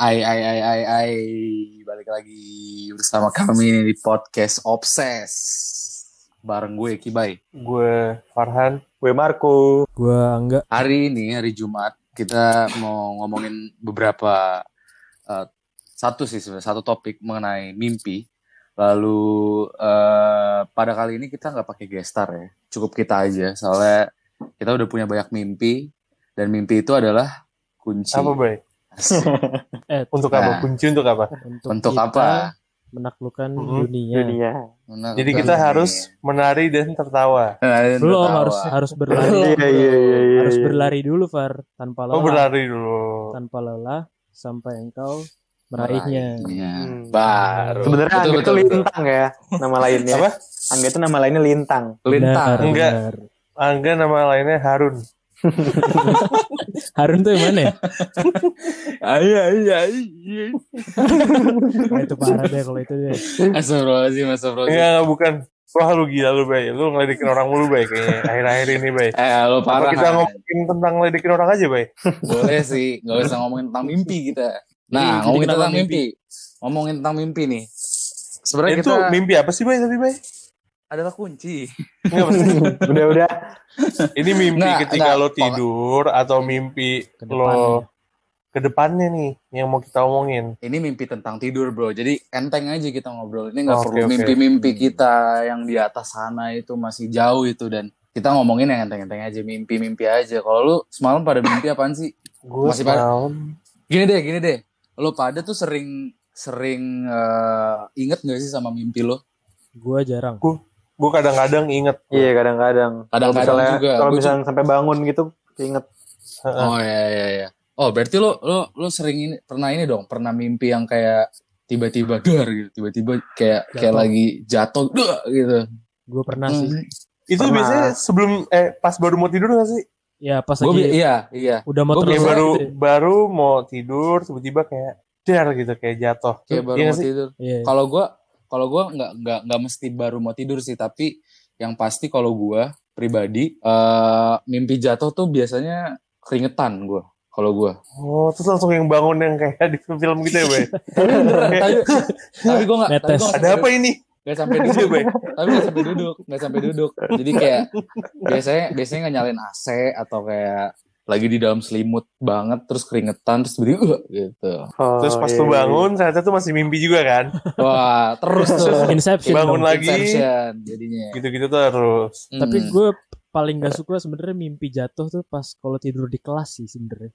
Ai, balik lagi bersama kami nih di podcast Obses bareng gue Kibai. Gue Farhan. Gue Marco. Gue Angga. Hari ini hari Jumat kita mau ngomongin beberapa satu topik mengenai mimpi. Lalu pada kali ini kita nggak pakai guest star ya, cukup kita aja soalnya kita udah punya banyak mimpi dan mimpi itu adalah kunci. Apa, Bay? Untuk apa? Kunci untuk apa? Untuk apa? Menaklukkan dunia. Jadi kita harus menari dan tertawa. Belum harus berlari. Iya. Harus berlari dulu, Far, tanpa lelah. Oh, berlari dulu. Tanpa lelah sampai engkau meraihnya. Baru. Sebenarnya Angga itu Lintang ya, nama lainnya. Apa? Angga itu nama lainnya Lintang. Lintang. Enggak. Angga nama lainnya Harun. Harun tuh yang mana ya? Iya. Nah, itu parah deh kalau itu deh. Astagfirullahaladzim. Enggak, bukan. Wah, lu gila lu, Bay. Lu ngeledekin orang mulu, Bay, kayaknya akhir-akhir ini, Bay. Lo parah. Apa kita ngomongin tentang ngeledekin orang aja, Bay? Boleh sih, nggak usah ngomongin tentang mimpi kita. Nah, ngomongin tentang mimpi. Ngomongin tentang mimpi nih. Sebenarnya Itu kita mimpi apa sih, Bay? Tapi, Bay? adalah kunci. Enggak, maksudnya. Udah. Ini mimpi ketika lo enggak. tidur atau mimpi lo ke depannya nih yang mau kita omongin. Ini mimpi tentang tidur, bro. Jadi enteng aja kita ngobrol. Ini nggak perlu Oke. mimpi-mimpi kita yang di atas sana itu masih jauh itu, dan kita ngomongin yang enteng-enteng aja, mimpi-mimpi aja. Kalau lu semalam pada mimpi apaan sih? Gue Masih pada. semalam Gini deh. Lo pada tuh sering inget nggak sih sama mimpi lo? Gue jarang. gue kadang-kadang inget. Iya, kadang-kadang. Kadang-kadang juga. Kalau misalnya sampai bangun gitu, inget. Oh iya. Oh berarti lo sering pernah mimpi yang kayak tiba-tiba dar gitu, tiba-tiba kayak lagi jatuh gitu. Gue pernah sih. Itu Pernah. biasanya sebelum pas baru mau tidur gak sih? Ya pas Gue lagi iya. udah mau Gua Kayak terus. baru mau tidur tiba-tiba kayak dar gitu, kayak jatuh. Kayak baru Iya mau nggak sih? tidur. Iya. Kalau gue nggak mesti baru mau tidur sih, tapi yang pasti kalau gue pribadi mimpi jatuh tuh biasanya keringetan gue. Kalau gue. Oh, terus langsung yang bangun yang kayak di film gitu ya, Bay? tapi gue nggak. Netes. Ada apa ini? Gak sampai duduk, Bay. Tapi nggak sampai duduk. Jadi kayak biasanya nggak nyalain AC atau kayak lagi di dalam selimut banget, terus keringetan, terus berdiri gitu. Oh, Terus pas iya, tuh bangun, ternyata tuh masih mimpi juga kan? Wah, terus tuh. Inception Bangun dong. lagi. Inception jadinya. Gitu-gitu terus. Tapi gue paling gak suka sebenarnya mimpi jatuh tuh pas kalau tidur di kelas sih sebenarnya.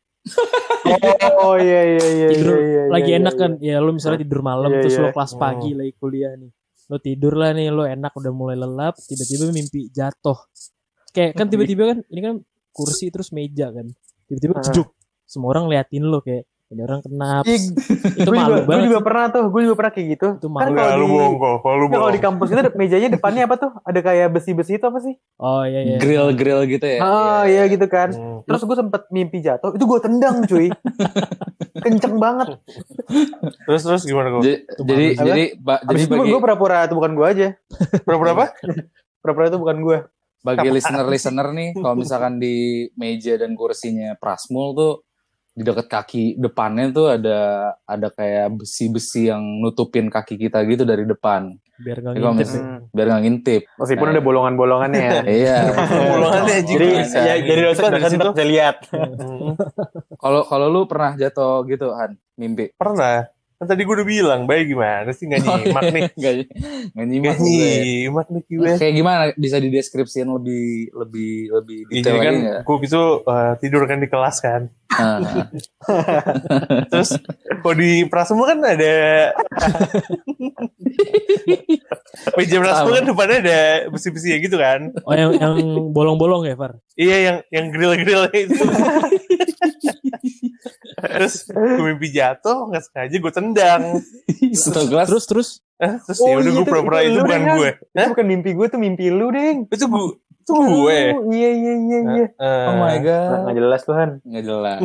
Oh iya. Tidur lagi iya, enak iya. kan, ya lu misalnya tidur malam Iya, terus iya. lo kelas pagi lagi kuliah nih, lo tidur lah nih, lo enak udah mulai lelap, tiba-tiba mimpi jatuh, kayak kan tiba-tiba kan ini kan kursi terus meja kan, tiba-tiba jeduk, semua orang liatin lo kayak ini orang kenapa, Ih, itu malu Gue banget, juga pernah kayak gitu. Itu Kan malu. Enggak, lu bohong kok. Kalau lu kalau bohong. di kampus itu mejanya depannya apa tuh? Ada kayak besi-besi itu apa sih? oh iya, Grill gitu ya. Oh iya gitu kan. Hmm. Terus gue sempet mimpi jatuh, itu gue tendang cuy. Kenceng banget. Terus gimana kok? Jadi Abis itu bagi gue pura-pura itu bukan gue aja. Berapa? Pura-pura itu bukan gue. bagi listener nih, kalau misalkan di meja dan kursinya Prasmul tuh di dekat kaki depannya tuh ada kayak besi-besi yang nutupin kaki kita gitu dari depan. biar gak Jadi kalau ngintip ya. biar nggak ngintip. Meskipun Nah, ada bolongan-bolongannya ya. Iya. Bolongannya anjing. Jadi Bisa. jadi dosen Dari situ. bisa lihat. Kalau lu pernah jatuh gitu, Han, mimpi? Pernah. Kan tadi gue udah bilang, Bay gimana sih nggak nyimak nih? Nggak nyimak. Nggak nyimak nih gue. Kayak gimana? Bisa dideskripsiin lebih detail Jadi kan lagi nggak? gue gitu tidur kan di kelas kan. Nah, Terus kalau di Prasmu kan ada meja Prasmu kan depannya ada besi-besi gitu kan. Oh yang bolong-bolong ya Far. Iya yang grill-grill itu. Terus gue mimpi jatuh, nggak sengaja gue tendang. satu kelas. Terus Terus ya udah gue pura-pura itu bukan gue. Itu bukan mimpi gue, tuh mimpi lu, Deng. Itu gue. Oh, iya. Oh my god. Nggak jelas Tuhan. Nggak jelas.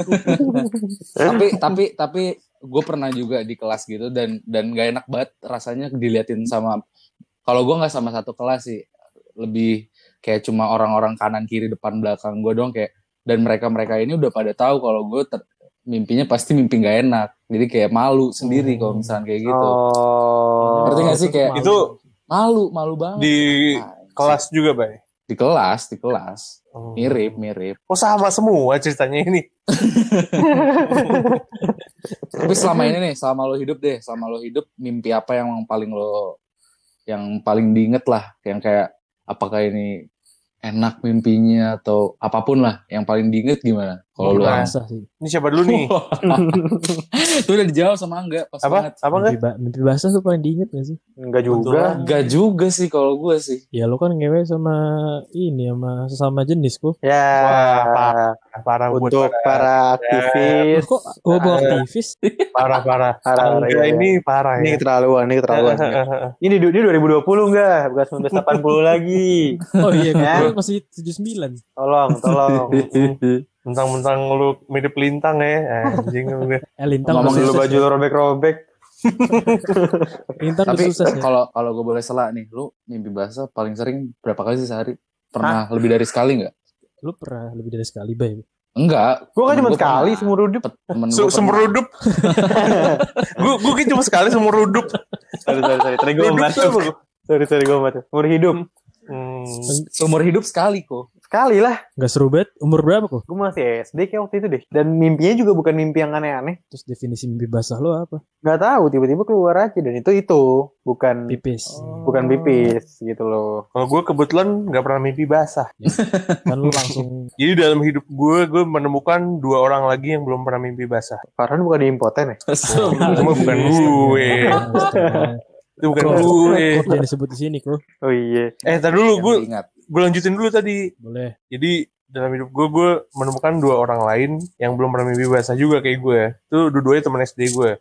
tapi gue pernah juga di kelas gitu dan gak enak banget rasanya diliatin sama, kalau gue nggak sama satu kelas sih, lebih kayak cuma orang-orang kanan kiri depan belakang gue dong, kayak, dan mereka ini udah pada tahu kalau gue mimpinya pasti mimpi nggak enak. Jadi kayak malu sendiri kalau misalnya kayak gitu. Oh. Ngerti nggak sih kayak Itu malu banget. di Nah, kelas juga, Bay. di kelas. Oh. Mirip. Oh, sama semua ceritanya ini. Tapi selama ini nih, selama lo hidup mimpi apa yang paling diinget lah, yang kayak apakah ini enak mimpinya atau apapun lah, yang paling diinget gimana? Kalau lu Gimana? Basah sih. Ini siapa dulu nih? itu udah dijawab sama Angga pas banget. Apa enggak? Mimpi basah tuh paling diinget gak sih? Enggak juga. Enggak juga sih kalau gue sih. Ya lo kan ngewe sama sesama jenis kok. Ya. Wah, parah buat Untuk para aktivis. Kok bawa aktivis? parah. Parah, Angga iya. ini parah Ini ya. keterlaluan. Ini 2020 enggak? Bukan 1980 lagi. Oh iya, Ya. gue masih 79. Tolong. Mentang-mentang lu mirip Lintang ya. Anjing lu. Lintang Ngomongin Lu udah baju sukses. lo robek-robek. Lintang udah Tapi sukses ya. kalau gue boleh salah nih, lu mimpi basah paling sering berapa kali sih sehari? Pernah lebih dari sekali nggak? Lu pernah lebih dari sekali, Bay? Enggak. Gue kan Temen cuma gua sekali pernah. seumur hidup. Temen gua Seumur pernah. hidup. Gue kan cuma sekali seumur hidup. Sorry. Tadi gue Hidup batuk. tuh. Sorry gue batuk. Seumur hidup. Seumur hidup sekali kok. Sekali lah. Gak seru banget. Umur berapa kok? Gue masih SD kayak waktu itu deh. Dan mimpinya juga bukan mimpi yang aneh-aneh. Terus definisi mimpi basah lo apa? Gak tahu, tiba-tiba keluar aja. Dan itu. Bukan Pipis. bukan pipis gitu loh. Kalau gue kebetulan nggak pernah mimpi basah. Kan lu langsung Jadi dalam hidup gue menemukan 2 orang lagi yang belum pernah mimpi basah. Farhan bukan impoten ya? Itu mah bukan gue. Itu bukan Kok gue. jangan disebut di sini kok. Oh iya. Tadi dulu Yang gue diingat. lanjutin dulu tadi. Boleh. Jadi dalam hidup gue menemukan 2 orang lain yang belum pernah mimpi basah juga kayak gue. Itu dua-duanya teman SD gue.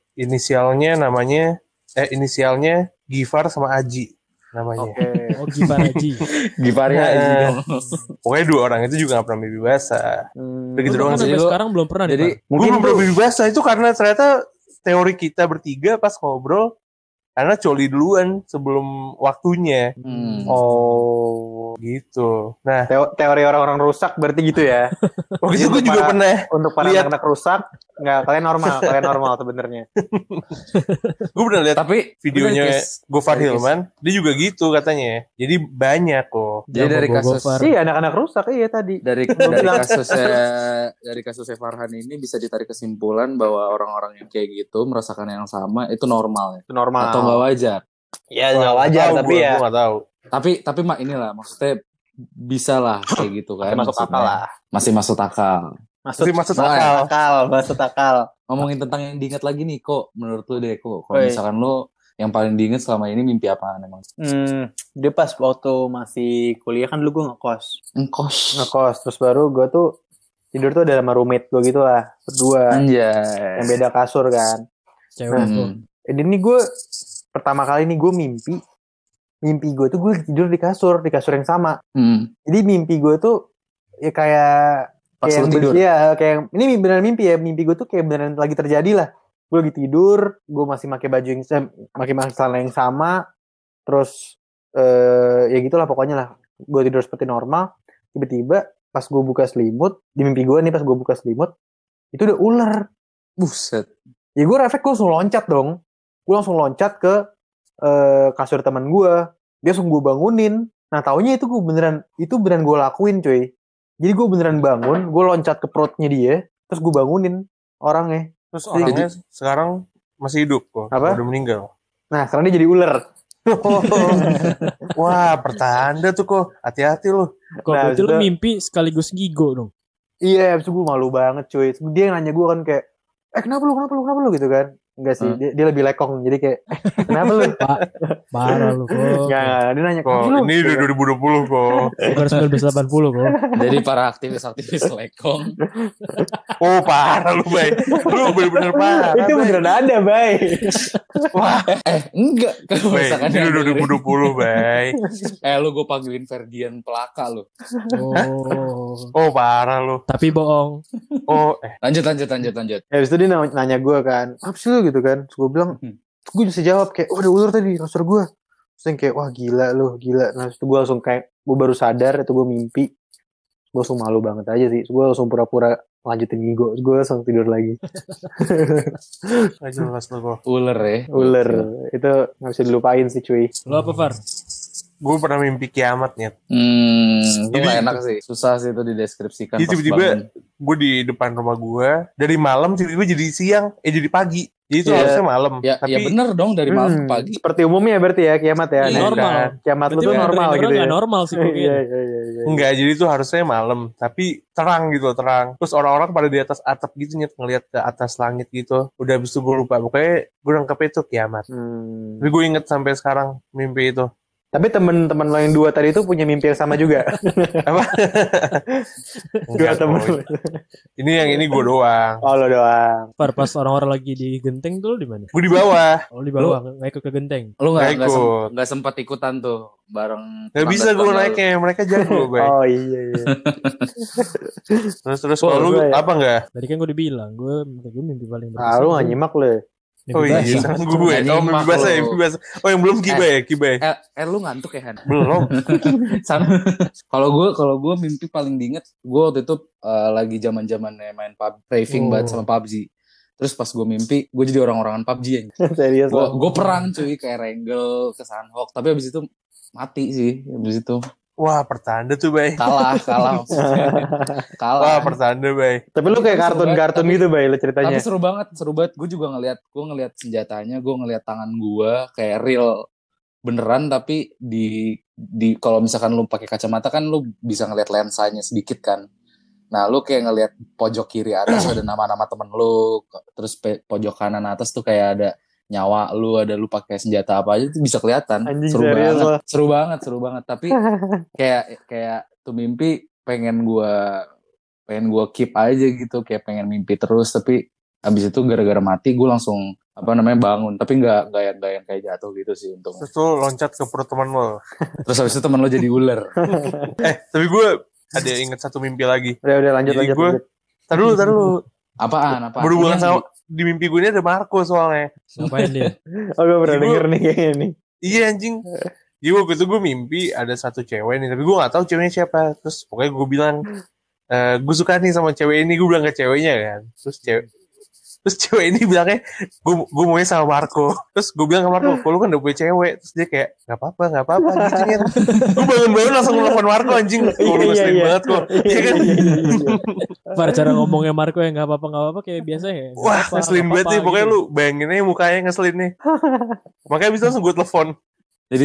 Inisialnya Gifar sama Aji namanya. Oke. Oh, Gipar Haji. Gipari Nah, aja dong. Pokoknya 2 orang itu juga gak pernah mimpi basah. Begitu Lu doang kan sih. sampai Lu- sekarang belum pernah Jadi nih, Pak. Gue Mungkin belum pernah tuh mimpi basah itu karena ternyata teori kita bertiga pas ngobrol karena coli duluan sebelum waktunya Oh. gitu. Nah, Teori orang-orang rusak berarti gitu ya. waktu itu Untuk gue juga para- pernah. Untuk para Lihat. anak-anak rusak, nggak, kalian normal sebenarnya. Gue pernah lihat Tapi videonya Gofar dari Hilman, dia juga gitu katanya. Jadi banyak kok. Jadi dari Jago kasus Gofar. Iya, anak-anak rusak iya tadi. dari kasusnya Farhan ini bisa ditarik kesimpulan bahwa orang-orang yang kayak gitu merasakan yang sama itu normal ya. Itu normal. Atau nggak wajar. Ya nggak wajar, tapi ya Gue gak tahu. Tapi mak inilah maksudnya bisa lah kayak gitu kan. masuk maksudnya. akal lah. Masih masuk akal. Masih masuk akal. Masuk akal. Ngomongin tentang yang diingat lagi nih kok, menurut lu deh kok. Kalau Oi. misalkan lu yang paling diingat selama ini mimpi apaan emang? Dia pas waktu masih kuliah kan dulu gue Engkos. ngekos, terus baru gue tuh tidur tuh ada sama roommate gue gitu lah, berdua, Anjay. yang beda kasur kan. Cewek kok. Jadi ini gue pertama kali nih gue mimpi gue tuh gue tidur di kasur yang sama. Jadi mimpi gue tuh ya kayak Pas lu yang tidur. ya kayak ini beneran mimpi ya, mimpi gue tuh kayak beneran lagi terjadi lah. Gue lagi tidur, gue masih pakai baju yang pakai celana yang sama, terus ya gitulah pokoknya lah. Gue tidur seperti normal, tiba-tiba pas gue buka selimut, di mimpi gue nih pas gue buka selimut, itu udah ular. Buset. Ya gue refleks, gue langsung loncat dong. Gue langsung loncat ke kasur teman gue. Dia langsung gue bangunin. Nah taunya itu beneran gue lakuin cuy. Jadi gue beneran bangun, gue loncat ke perutnya dia, terus gue bangunin orangnya. Terus orangnya sekarang masih hidup kok. Apa? Udah meninggal. Nah sekarang dia jadi ular. Wah, pertanda tuh kok. Hati-hati lu. Kok Nah, berarti lu itu- mimpi sekaligus ngigo dong. Iya, abis itu gue malu banget cuy. Terus dia nanya gue kan kayak, kenapa lu gitu kan. Enggak sih, dia lebih lekong. Jadi kayak, kenapa lu? Parah lu kok. Enggak, dia nanya, Kok kenapa lu? ini udah 2020 kok. Bukan 1980 kok. Jadi para aktivis-aktivis lekong. Oh, parah lu, Bay. Lu bener-bener parah. Itu Bay. beneran ada, Bay. Wah, Enggak. Kalau Bay, misalkan ini yang udah dengerin, 2020, Bay. lu gue panggilin Ferdian Pelaka lu. Oh. Oh, parah lu. Tapi bohong. Oh, Lanjut. Ya, abis itu dia nanya gue kan, apa sih lu gitu kan. Terus gue bilang, gue bisa jawab kayak, ada ular tadi di kasur gue. Terus yang kayak, wah gila lu, gila. Nah, terus gue langsung kayak, gue baru sadar itu gue mimpi. Gue langsung malu banget aja sih. Gue langsung pura-pura lanjutin gue langsung tidur lagi. Nggak jelas tuh gue. Ular ya. Ular itu nggak bisa dilupain sih cuy. Lo apa, Far? Gue pernah mimpi kiamat nih. Itu Jadi- gak enak sih. Susah sih itu dideskripsikan. Jadi pas tiba-tiba bangun. gue di depan rumah gue dari malam tiba-tiba jadi siang, jadi pagi. Jadi itu Iya. harusnya malam. Ya, Tapi ya bener dong dari malam ke pagi. Seperti umumnya berarti ya kiamat ya. Iya, Nah, Normal. kan? kiamat lu Berarti tuh yang normal denger gitu ya. nggak normal sih kok Iya kayaknya. iya. enggak, jadi itu harusnya malam. Tapi terang gitu, terang. Terus orang-orang pada di atas atap gitu ngeliat ke atas langit gitu. Udah habis itu gue lupa. Pokoknya gue nangkepnya itu kiamat. Hmm. Tapi gue inget sampai sekarang mimpi itu. Tapi temen-temen lo yang dua tadi itu punya mimpi yang sama juga. Apa? Dua Enggak, temen. Boy. Ini yang ini gue doang. Oh lo doang. Far, pas orang-orang lagi di genteng tuh lo di mana? Gue di bawah. Oh, di bawah, nggak ikut ke genteng. Lu Nggak ikut. nggak sempat ikutan tuh bareng. Gak bisa gue tetangga-tetangga lu. naiknya. Mereka jago, Bay. Oh iya. Terus Oh, kalau lu gue ya. apa enggak? Tadi kan gue dibilang, gue mimpi paling Ah lu gak nyimak lo. Oh iya, sekarang gue. Nggak Oh, mimpi nyimak basah lu. ya, mimpi basah. Oh, yang belum Kiba ya, Kiba ya? Lu ngantuk ya Han? Belum. Sama. Kalau gue mimpi paling diinget, gue waktu itu lagi zaman-zamannya main raving banget sama PUBG. Terus pas gue mimpi, gue jadi orang-orangan PUBG ya. Serius lo. Gue perang cuy ke Erangel, ke Sunhawk, tapi abis itu mati sih. Abis itu Wah, pertanda tuh, Bay. kalah maksudnya. Wah, Kalah. pertanda, Bay. Tapi lu kayak Tapi seru kartun-kartun banget, gitu bay lo Tapi ceritanya. seru banget. Gue juga ngeliat senjatanya, gue ngeliat tangan gue kayak real beneran, tapi di kalau misalkan lu pakai kacamata kan lu bisa ngeliat lensanya sedikit kan. Nah, lu kayak ngeliat pojok kiri atas ada nama-nama temen lu, terus pojok kanan atas tuh kayak ada nyawa lu pakai senjata apa aja itu bisa kelihatan. Anjing, Seru serius banget. lo. Seru banget. Tapi kayak tuh mimpi pengen gue keep aja gitu, kayak pengen mimpi terus, tapi abis itu gara-gara mati gue langsung bangun, tapi nggak yang kayak jatuh gitu sih untungnya. Terus lu loncat ke perut teman lo. Terus abis itu temen lo jadi ular. Tapi gue ada inget satu mimpi lagi. Udah lanjut. Jadi gue, tar dulu. Apaan? Berhubungan Ini sama, di mimpi gue ini ada Marco soalnya. Ngapain dia? Oh gue pernah Ibu- denger nih kayaknya nih. Iya anjing. Jadi waktu itu gue mimpi ada satu cewek nih, tapi gue gak tahu ceweknya siapa. Terus pokoknya gue bilang, gue suka nih sama cewek ini, gue bilang ke ceweknya kan. Terus cewek ini bilangnya, gue maunya sama Marco. Terus gue bilang ke Marco, kok lu kan udah punya cewek. Terus dia kayak, gak apa-apa gitu nih. Gue bangun-bangun langsung nelfon Marco anjing. Kok lu ngeselin banget kok. Iya kan? Far, cara ngomongnya Marco yang nggak apa-apa kayak biasa ya. Nggak Wah, apa-apa, ngeselin nggak banget nih. apa-apa Pokoknya gitu. lu bayangin aja mukanya ngeselin nih. Makanya bisa langsung gue telepon. Jadi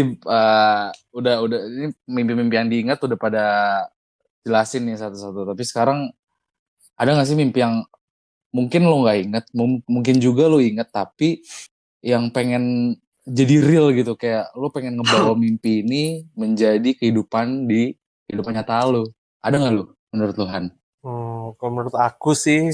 udah ini mimpi-mimpi yang diingat udah pada jelasin nih satu-satu. Tapi sekarang ada nggak sih mimpi yang mungkin lo nggak inget, mungkin juga lo inget, tapi yang pengen jadi real gitu, kayak lo pengen ngebawa mimpi ini menjadi kehidupan nyata lo. Ada nggak lo menurut lo Han? Kalau menurut aku sih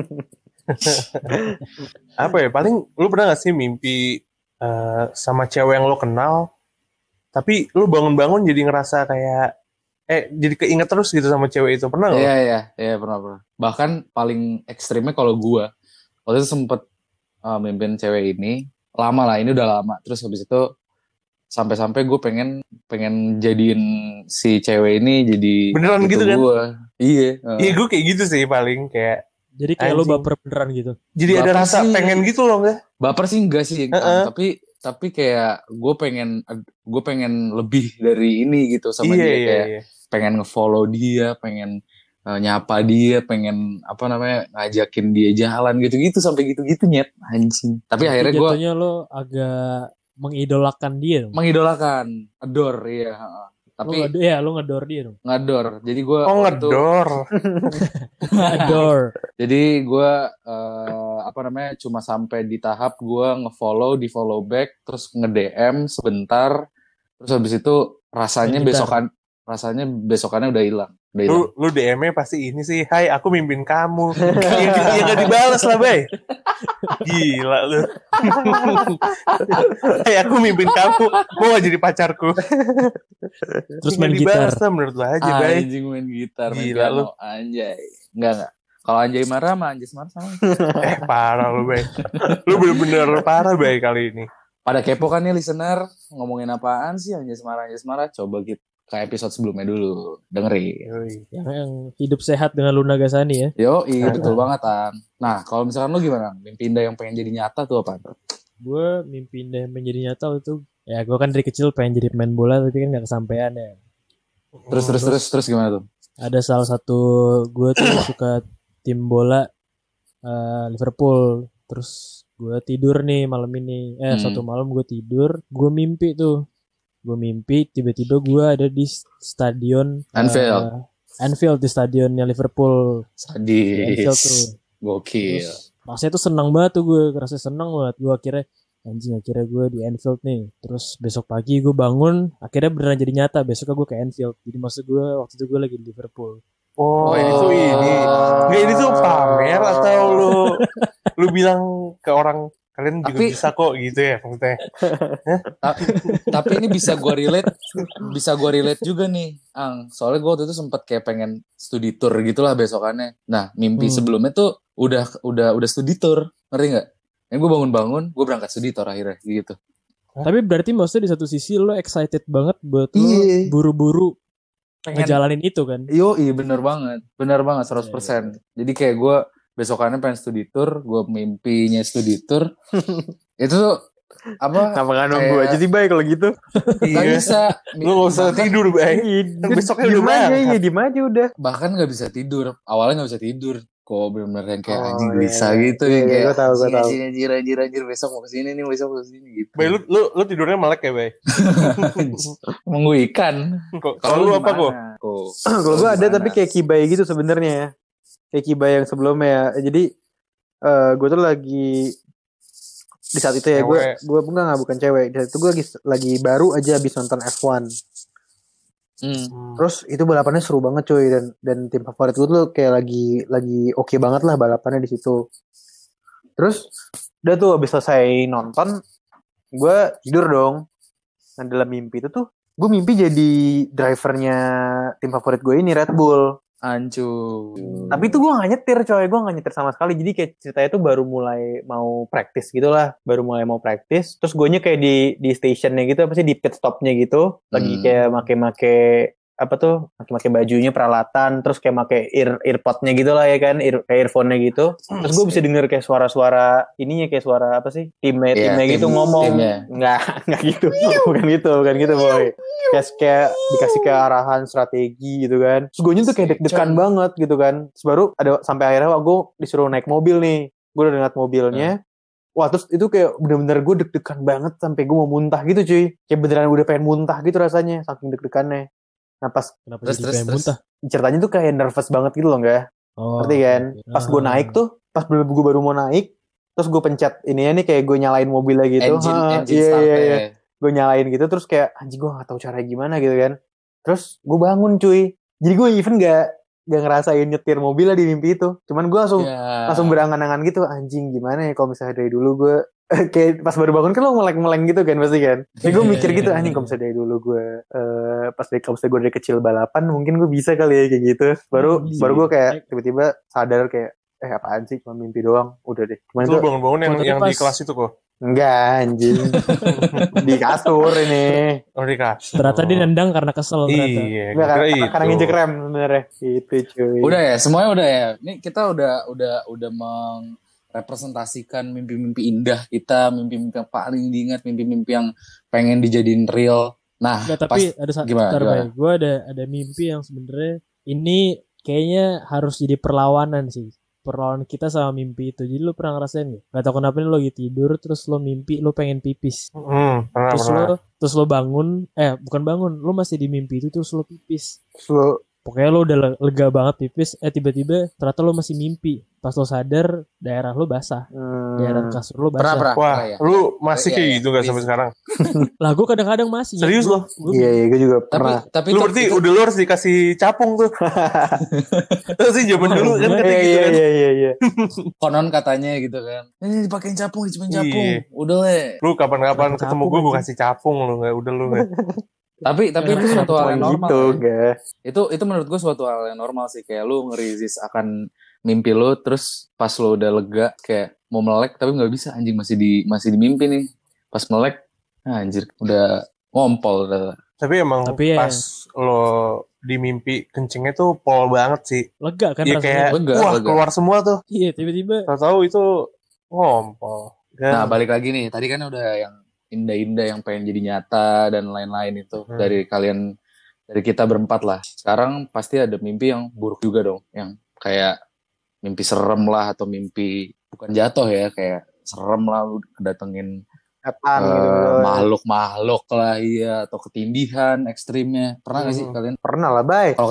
apa ya, paling lu pernah gak sih mimpi sama cewek yang lo kenal tapi lu bangun-bangun jadi ngerasa kayak jadi keinget terus gitu sama cewek itu, pernah gak? Iya pernah. Bahkan paling ekstrimnya kalau gue waktu itu sempet mimpin cewek ini lama lah, ini udah lama. Terus habis itu sampai-sampai gue pengen jadiin si cewek ini jadi Beneran gitu kan? Gue. Iya. Iya, gue kayak gitu sih paling kayak Jadi kayak lo Anjing. baper beneran gitu. jadi ada Baper rasa sih. pengen gitu loh enggak? Baper sih enggak sih, tapi kayak gue pengen lebih dari ini gitu sama dia, kayak Iya. pengen ngefollow dia, pengen nyapa dia, pengen ngajakin dia jalan gitu-gitu sampai gitu-gitu nyet anjing. Tapi akhirnya gue Jatuhnya lo agak mengidolakan dia dong. mengidolakan, adore ya. Tapi Lo ngedor dia dong. ngador. Jadi gue Ngedor. Ngedor. Jadi gue cuma sampai di tahap gue ngefollow, di follow back, terus nge-DM sebentar, terus habis itu rasanya Gitar. besokannya udah hilang. Lu DM-nya pasti ini sih, hai aku mimpin kamu. Ya gak dibalas lah, Bay. Gila lu. Hai aku mimpin kamu, mau gak jadi pacarku? Terus Nggak main dibalas gitar. lah menurut lu aja, Bay. Anjing main gitar, main Gila lu. piano, anjay. Enggak. Kalau Anjay marah sama Anjay marah sama. Parah lu, Bay. Lu bener-bener parah, Bay, kali ini. Pada kepo kan nih listener, ngomongin apaan sih Anjay marah. Coba ke episode sebelumnya dulu. Dengerin. Yoi. Yang hidup sehat dengan Luna Gasani ya. Yo, iya betul banget, Ang. Nah, kalau misalkan lu gimana? Mimpi indah yang pengen jadi nyata tuh apa? Gue mimpi indah yang menjadi nyata itu, ya gue kan dari kecil pengen jadi pemain bola tapi kan gak kesampaian ya. Terus gimana tuh? Ada salah satu, gue tuh suka tim bola Liverpool. Terus gue tidur nih malam ini. Suatu malam gue tidur, gue mimpi tuh. Gue mimpi tiba-tiba gue ada di stadion Anfield, di stadionnya Liverpool. Di Anfield tuh. Gokil. Terus rasanya tuh senang banget tuh, gue ngerasa senang banget. Gue akhirnya gue di Anfield nih. Terus besok pagi gue bangun, akhirnya beneran jadi nyata. Besoknya gue ke Anfield. Jadi maksud gue waktu itu gue lagi di Liverpool. Oh, itu ini. Enggak, ini tuh pamer atau lu bilang ke orang kalian juga bisa kok gitu ya maksudnya. Tapi ini bisa gue relate juga nih, Ang. Soalnya gue waktu itu sempat kayak pengen studi tour gitulah besokannya. Nah, mimpi sebelumnya tuh udah studi tour, ngerti nggak? Yang gue bangun, gue berangkat studi tour akhirnya gitu. Tapi berarti maksudnya di satu sisi lo excited banget buat lo buru-buru ngejalanin itu kan? Iya bener banget 100%. Jadi kayak gue besokannya pengen studi tour, gue mimpinya studi tour. Itu tuh apa? Kenapa nggak nunggu aja sih Bay kalau gitu? Gak bisa. Lu gak usah tidur Bay. Besoknya udah banget. Diem aja udah. Bahkan gak bisa tidur. Awalnya gak bisa tidur. Kok bener-bener yang kayak anjing gelisah gitu. Yang kayak gue tahu. Anjir besok mau kesini nih, besok mau kesini gitu. Bay, lu tidurnya melek ya Bay? Menguikan. Kalau lu apa kok? Kalau gue ada tapi kayak Kibai gitu sebenarnya ya. Kayak Kibai yang sebelumnya ya. Jadi gue tuh lagi di saat itu ya gue bukan cewek. Di saat itu gue lagi baru aja habis nonton F1. Terus itu balapannya seru banget cuy, dan tim favorit gue tuh kayak lagi oke banget lah balapannya di situ. Terus udah tuh habis selesai nonton gue tidur dong. Nah dalam mimpi itu tuh gue mimpi jadi drivernya tim favorit gue ini, Red Bull. Ancur. Tapi itu gue gak nyetir coy, gue gak nyetir sama sekali. Jadi kayak ceritanya tuh baru mulai mau practice gitu lah. Terus gue nya kayak di stationnya gitu, apa sih, di pit stopnya gitu. Lagi kayak make bajunya peralatan. Terus kayak make earpodnya gitu lah ya kan, kayak earphone-nya gitu. Terus gue bisa denger kayak suara-suara ininya, kayak suara apa sih, timnya gitu ngomong. Nggak gitu. Bukan gitu boy. Kayak dikasih ke arahan strategi gitu kan. Terus gue tuh kayak deg-degan banget gitu kan. Terus baru ada sampai akhirnya gue disuruh naik mobil nih. Gue udah naik mobilnya. Wah terus itu kayak bener-bener gue deg-degan banget sampai gue mau muntah gitu cuy. Kayak beneran udah pengen muntah gitu rasanya, saking deg-degannya. Nah pas Kenapa jadi pengen muntah? Ceritanya tuh kayak nervous banget gitu loh, nggak? Ngerti kan? Pas gue naik tuh, pas gue baru mau naik, terus gue pencet ininya nih kayak gue nyalain mobilnya gitu. Engine start. Gue nyalain gitu terus kayak anjing gue gak tahu caranya gimana gitu kan. Terus gue bangun cuy. Jadi gue even gak ngerasain nyetir mobil lah di mimpi itu. Cuman gue langsung berangan-angan gitu, anjing gimana ya kalau misalnya dari dulu gue kayak pas baru bangun kan lo meleng-meleng gitu kan pasti kan. Jadi gue mikir gitu, anjing kalau misalnya dari dulu gue kalau misalnya gue dari kecil balapan mungkin gue bisa kali ya kayak gitu. Baru gue kayak tiba-tiba sadar kayak apaan sih, cuma mimpi doang, udah deh. Cuman itu bangun-bangun yang di kelas itu kok? Enggak anjing. Di kasur ini. Oh di kasur. Ternyata dia nendang karena kesel ternyata. Iya. Enggak, karena nginjek rem sebenarnya. Itu cuy. Udah ya, semuanya udah ya. Ini kita udah merepresentasikan mimpi-mimpi indah kita, mimpi-mimpi yang paling diingat, mimpi-mimpi yang pengen dijadiin real. Nah, tapi ada gimana? Gue ada mimpi yang sebenarnya ini kayaknya harus jadi perlawanan sih. Perlawanan kita sama mimpi itu. Jadi lu pernah ngerasain gak tau kenapa nih lo lagi tidur terus lo mimpi lo pengen pipis. Terus lo bangun, bukan bangun, lo masih di mimpi itu terus lo pipis. Pokoknya lo udah lega banget pipis, tiba-tiba ternyata lo masih mimpi. Pas lo sadar daerah lo basah. Daerah kasur lo basah. Pernah. Wah, lu masih kayak gitu gak sampai sekarang? Lah gue kadang-kadang masih. Serius lo? Iya, gue juga pernah. Tapi lu berarti udah lo harus dikasih capung tuh. Itu sih zaman dulu kan katanya gitu kan. Iya. Konon katanya gitu kan. Ini dipakein capung. Udah le. Lu kapan-kapan ketemu gue kasih capung lu, enggak udah lu enggak. Tapi itu suatu hal yang normal. Gitu, itu menurut gue suatu hal yang normal sih, kayak lu nge-resist akan mimpi lu, terus pas lu udah lega kayak mau melek tapi nggak bisa, anjing masih di mimpi nih. Pas melek, anjir udah ngompol udah. Tapi emang pas lo di mimpi kencingnya tuh pol banget sih. Lega kan Iya rasanya. kayak Lega, wah lega. keluar semua tuh. Iya, tiba-tiba Tahu itu ngompol. Nah, Dan balik lagi nih. Tadi kan udah yang indah-indah yang pengen jadi nyata dan lain-lain itu dari kalian, dari kita berempat lah. Sekarang pasti ada mimpi yang buruk juga dong, yang kayak mimpi serem lah atau mimpi bukan jatuh ya, kayak serem lah lu kedatengin Setan gitu misalnya. makhluk-makhluk lah, iya, atau ketindihan ekstrimnya. Pernah nggak sih kalian? Pernah lah, Bay. Kalau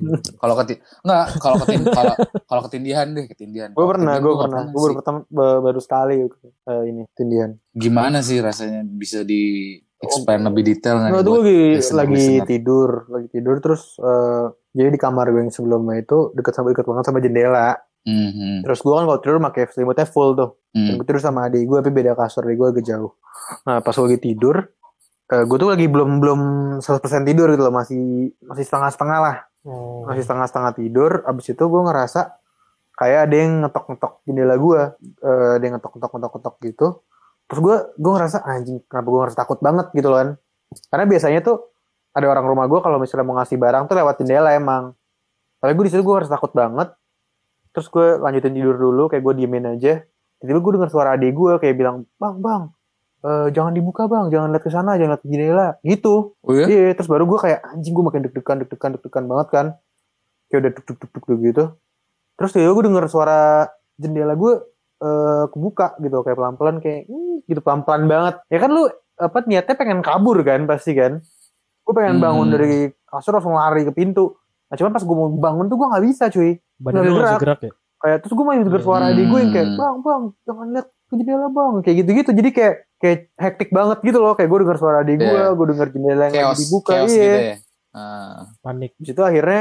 kalau ketindihan deh, ketindihan. Gue Kalau pernah. ketindihan gua nggak Gue sih. baru sekali ini tindihan. Gimana sih rasanya, bisa di explain lebih detail nggak? Nggak, nih tuh buat gue listener-listener? lagi tidur terus jadi di kamar gue yang sebelumnya itu deket banget sama jendela. Mhm. Terus gue kan kalau tidur pakai selimutnya full tuh. Dan Hmm. gue tidur sama adik gue tapi beda kasur, adik gue agak jauh. Nah pas gue lagi tidur, gue tuh lagi belum 100% tidur gitu loh, masih setengah-setengah lah, masih setengah-setengah tidur. Abis itu gue ngerasa kayak ada yang ngetok-ngetok jendela gue, ada yang ngetok gitu. Terus gue ngerasa anjing, kenapa gue ngerasa takut banget gitu loh kan? Karena biasanya tuh ada orang rumah gue kalau misalnya mau ngasih barang tuh lewat jendela emang. Tapi gue di situ gue ngerasa takut banget. Terus gue lanjutin tidur dulu, kayak gue diemin aja. Tiba-tiba gue dengar suara adik gue kayak bilang, bang, jangan dibuka bang, jangan lihat ke sana, jangan lihat ke jendela, gitu. Oh ya? Iya, terus baru gue kayak anjing, gue makin deg-degan banget kan. Kayak udah deg gitu. Terus tiba-tiba gue dengar suara jendela gue kebuka gitu, kayak pelan-pelan kayak gitu, pelan-pelan banget. Ya kan lu niatnya pengen kabur kan pasti kan. Gue pengen bangun dari kasur langsung lari ke pintu. Nah cuman pas gue mau bangun tuh gue nggak bisa cuy. badan lu masih gerak ya. Kayak terus gue main denger suara adik gue yang kayak bang jangan lihat ke jendela bang, kayak gitu jadi kayak hektik banget gitu loh, kayak gue denger suara adik gue denger jendela yang lagi dibuka, chaos iya gitu ya. Panik. di situ akhirnya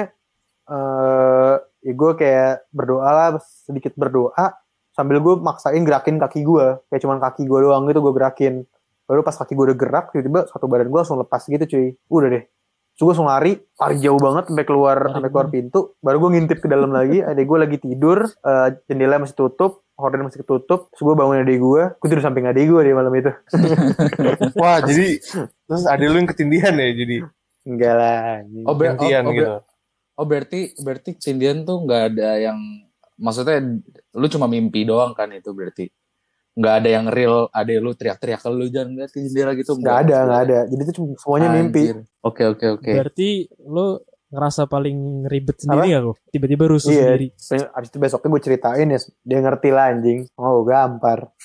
ya gue kayak berdoa lah, sedikit berdoa sambil gue maksain gerakin kaki gue, kayak cuman kaki gue doang gitu gue gerakin. Baru pas kaki gue udah gerak tiba-tiba satu badan gue langsung lepas gitu cuy, udah deh. Terus gue langsung lari jauh banget sampai keluar pintu. Baru gue ngintip ke dalam lagi. Adik gue lagi tidur, jendela masih tutup, horden masih ketutup. Terus gue bangun adik gue tidur samping adik gue di malam itu. wah jadi terus adik lu yang ketindihan ya jadi Enggak lah. gantian gitu. Berarti ketindihan tuh nggak ada yang, maksudnya lu cuma mimpi doang kan itu berarti? Nggak ada yang real, ada lu teriak-teriak ke lu jangan lihat ke jendela gitu? Nggak ada. Jadi itu semuanya mimpi. Oke. Berarti lu ngerasa paling ribet sendiri gak lu? Tiba-tiba rusuh Iya. sendiri. Abis itu besoknya gue ceritain ya, dia ngerti lah anjing. Oh gampar.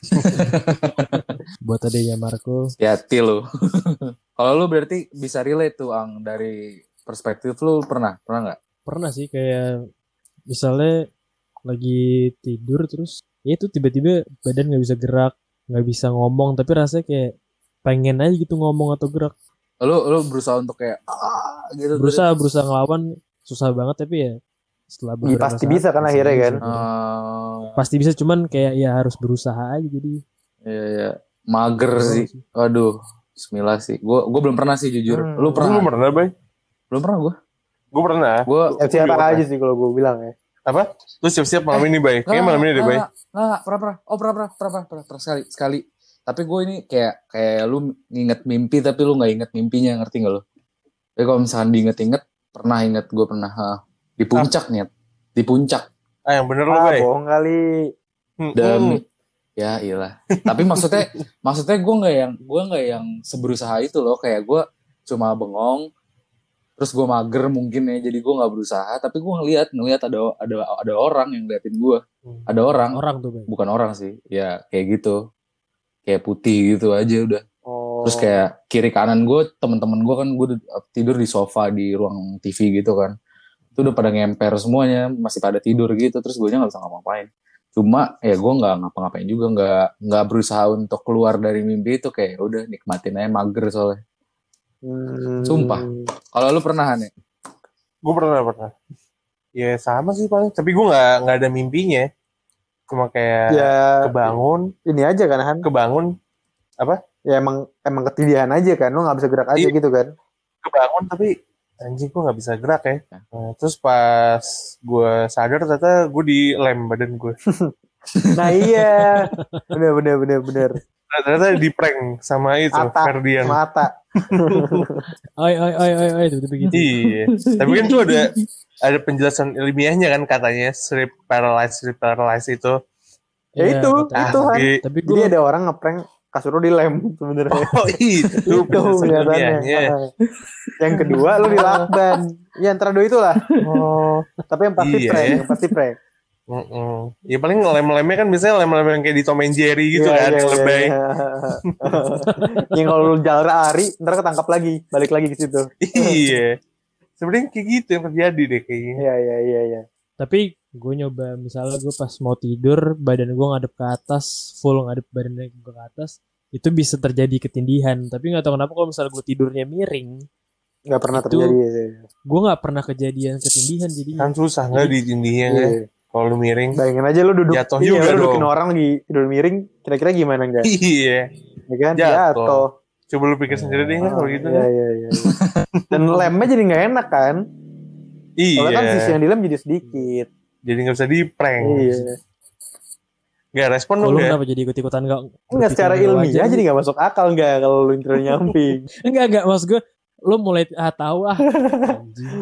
Buat adanya Marco. Hati lu. Kalau lu berarti bisa relate tuh Ang, dari perspektif lu pernah nggak? Pernah sih, kayak misalnya lagi tidur terus ya itu tiba-tiba badan nggak bisa gerak, nggak bisa ngomong, tapi rasanya kayak pengen aja gitu ngomong atau gerak. Lu berusaha untuk kayak gitu. Berusaha ngelawan, susah banget, tapi ya setelah beberapa Pasti saat, bisa kan pasti akhirnya bisa. kan. Pasti bisa, cuman kayak ya harus berusaha aja jadi. Iya. Mager sih. Waduh, bismillah sih. Gue belum pernah sih jujur. Lu pernah? Lu pernah, Bay? Belum pernah gue. Gue pernah. Siapa aja sih kalau gue bilang ya. Apa? Lu siap-siap malam ini, Bay? Kayaknya malam ini deh, Bay. Nggak, pernah. Oh, pernah sekali. Tapi gue ini kayak lu nginget mimpi tapi lu nggak inget mimpinya, ngerti nggak lu? Tapi kalau misalkan diinget-inget, gue pernah di puncak nih, di puncak. Yang bener lu, Bay. Bohong kali. Demi ya iyalah. Tapi maksudnya gue nggak yang seberusaha itu loh, kayak gue cuma bengong. Terus gue mager mungkin ya, jadi gue nggak berusaha. Tapi gue ngeliat ada orang yang ngeliatin gue. Ada orang tuh, Bay. Bukan orang sih, ya kayak gitu, kayak putih gitu aja udah. Terus kayak kiri kanan gue, temen-temen gue kan, gue tidur di sofa di ruang TV gitu kan. Itu udah pada ngemper semuanya, masih pada tidur gitu. Terus gue nya nggak bisa ngapa-ngapain. Cuma ya gue nggak ngapa-ngapain juga, nggak berusaha untuk keluar dari mimpi itu, kayak udah nikmatin aja, mager soalnya. Sumpah. Kalau lu pernah nih? Gue pernah. Ya sama sih paling. Tapi gue nggak ada mimpinya. Cuma kayak kebangun. Ini aja kan Han? Kebangun. Apa? Ya emang ketindihan aja kan. Lu nggak bisa gerak aja gitu kan? Kebangun tapi anjing gue nggak bisa gerak ya. Nah, terus pas gue sadar ternyata gue dilem badan gue. Nah iya. Bener. Ternyata di prank sama itu Ata, Ferdian. sama Ata. Oi, tiba-tiba gitu. Iya. Tapi kan tuh ada penjelasan ilmiahnya kan katanya sleep paralysis itu. Ya Iya, itu katanya. kan. Tapi Jadi gue ada orang ngeprank kasur lu dilem sebenarnya. Oh itu Itu penjelasan penjelasannya. ilmiahnya. Yang kedua lu dilakban. Ya antara dua itulah. Oh. Tapi yang pasti Iya, prank, ya. yang pasti prank. Ya paling lem-lemnya kan biasanya lem-lem yang kayak di Tom and Jerry gitu kan, yang lebay. Yang kalau lu jalan lari, ntar ketangkap lagi, balik lagi ke situ. Iya. Sebenarnya kayak gitu yang terjadi deh kayaknya. Iya. Tapi gue nyoba misalnya gue pas mau tidur badan gue ngadep ke atas, full ngadep badannya gue ke atas, itu bisa terjadi ketindihan. Tapi nggak tahu kenapa kalau misalnya gue tidurnya miring, Nggak pernah Itu- terjadi. gue nggak pernah kejadian ketindihan jadinya. Kan susah nggak ditindihnya nggak? Iya. Kalau lu miring. Bayangin aja lu duduk, Jatuh iya, juga lu dudukin dong. orang lagi tidur miring, kira-kira gimana enggak? Iya. Ya kan? Jatuh. Coba lu pikir sendiri deh kan kalau gitu. Iya. Dan lemnya jadi nggak enak kan? Soalnya kan sisi Iya. yang dilem jadi sedikit. Jadi nggak bisa di prank. Iya. Gak respon Kalau dong lu ya. kenapa jadi ikut-ikutan nggak? Enggak secara ilmiah jadi nggak masuk akal nggak kalau lu tidur nyamping. Enggak, maksud gue lu mulai tahu anjing.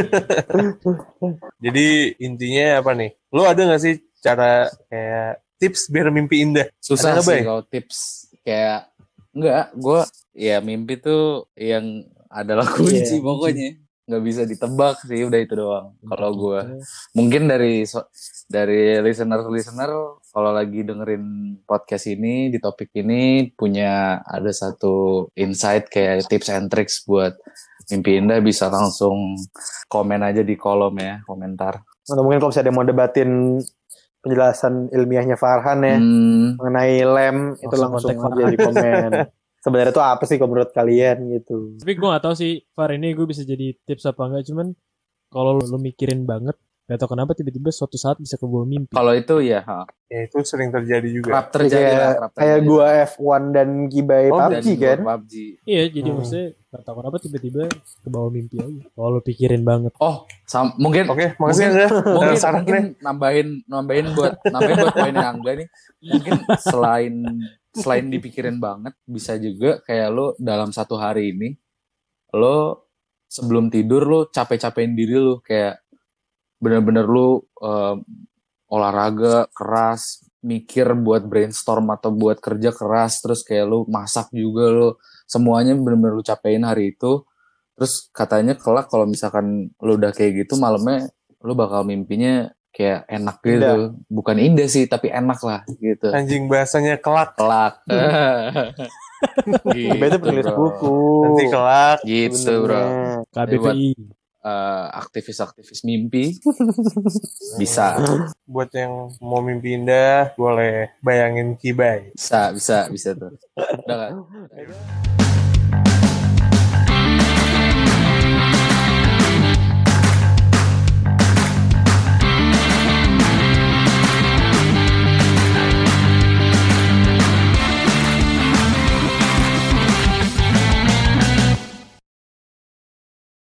Jadi intinya apa nih? Lu ada gak sih cara kayak tips biar mimpi indah? Susah Ada nggak, sih Bay? kalau tips kayak enggak, gue ya mimpi tuh yang adalah kunci Iya. pokoknya nggak bisa ditebak sih, udah itu doang. Kalau gue mungkin dari listener kalau lagi dengerin podcast ini di topik ini punya ada satu insight kayak tips and tricks buat mimpi indah, bisa langsung komen aja di kolom ya, komentar. Atau mungkin kalau misalnya ada yang mau debatin penjelasan ilmiahnya Farhan ya mengenai lem itu Langsung langsung kontak aja di komen. Sebenarnya itu apa sih kalau menurut kalian gitu? Tapi gue gak tahu sih, Far, ini gue bisa jadi tips apa enggak. Cuman kalau lu mikirin banget, gak tau kenapa tiba-tiba suatu saat bisa kebawa mimpi. Kalau itu ya Ya itu sering terjadi juga. kerap terjadi lah, kerap Kayak terjadi. gua F1 dan Gibai Oh, PUBG Dan kan? PUBG. Iya, jadi maksudnya gak tau kenapa tiba-tiba kebawa mimpi aja. Kalau lu pikirin banget. Oh, mungkin Oke, makasih ya. mungkin Sarannya. nambahin buat poin yang Angga nih. Mungkin selain dipikirin banget, bisa juga kayak lo dalam satu hari ini lo sebelum tidur lo capek-capekin diri lo, kayak bener-bener lo olahraga keras, mikir buat brainstorm atau buat kerja keras, terus kayak lo masak juga, lo semuanya bener-bener lo capein hari itu. Terus katanya kelak kalau misalkan lo udah kayak gitu, malamnya lo bakal mimpinya kayak enak gitu. Bukan indah sih, tapi enak lah gitu. Anjing bahasanya kelak. Kelak. Gitu, Gibai itu penulis bro. buku. Nanti kelak. Gitu bro. Sebenarnya. KBBI. Aktivis-aktivis mimpi bisa Buat yang mau mimpi indah, boleh bayangin Kibai. tuh. Udah kan?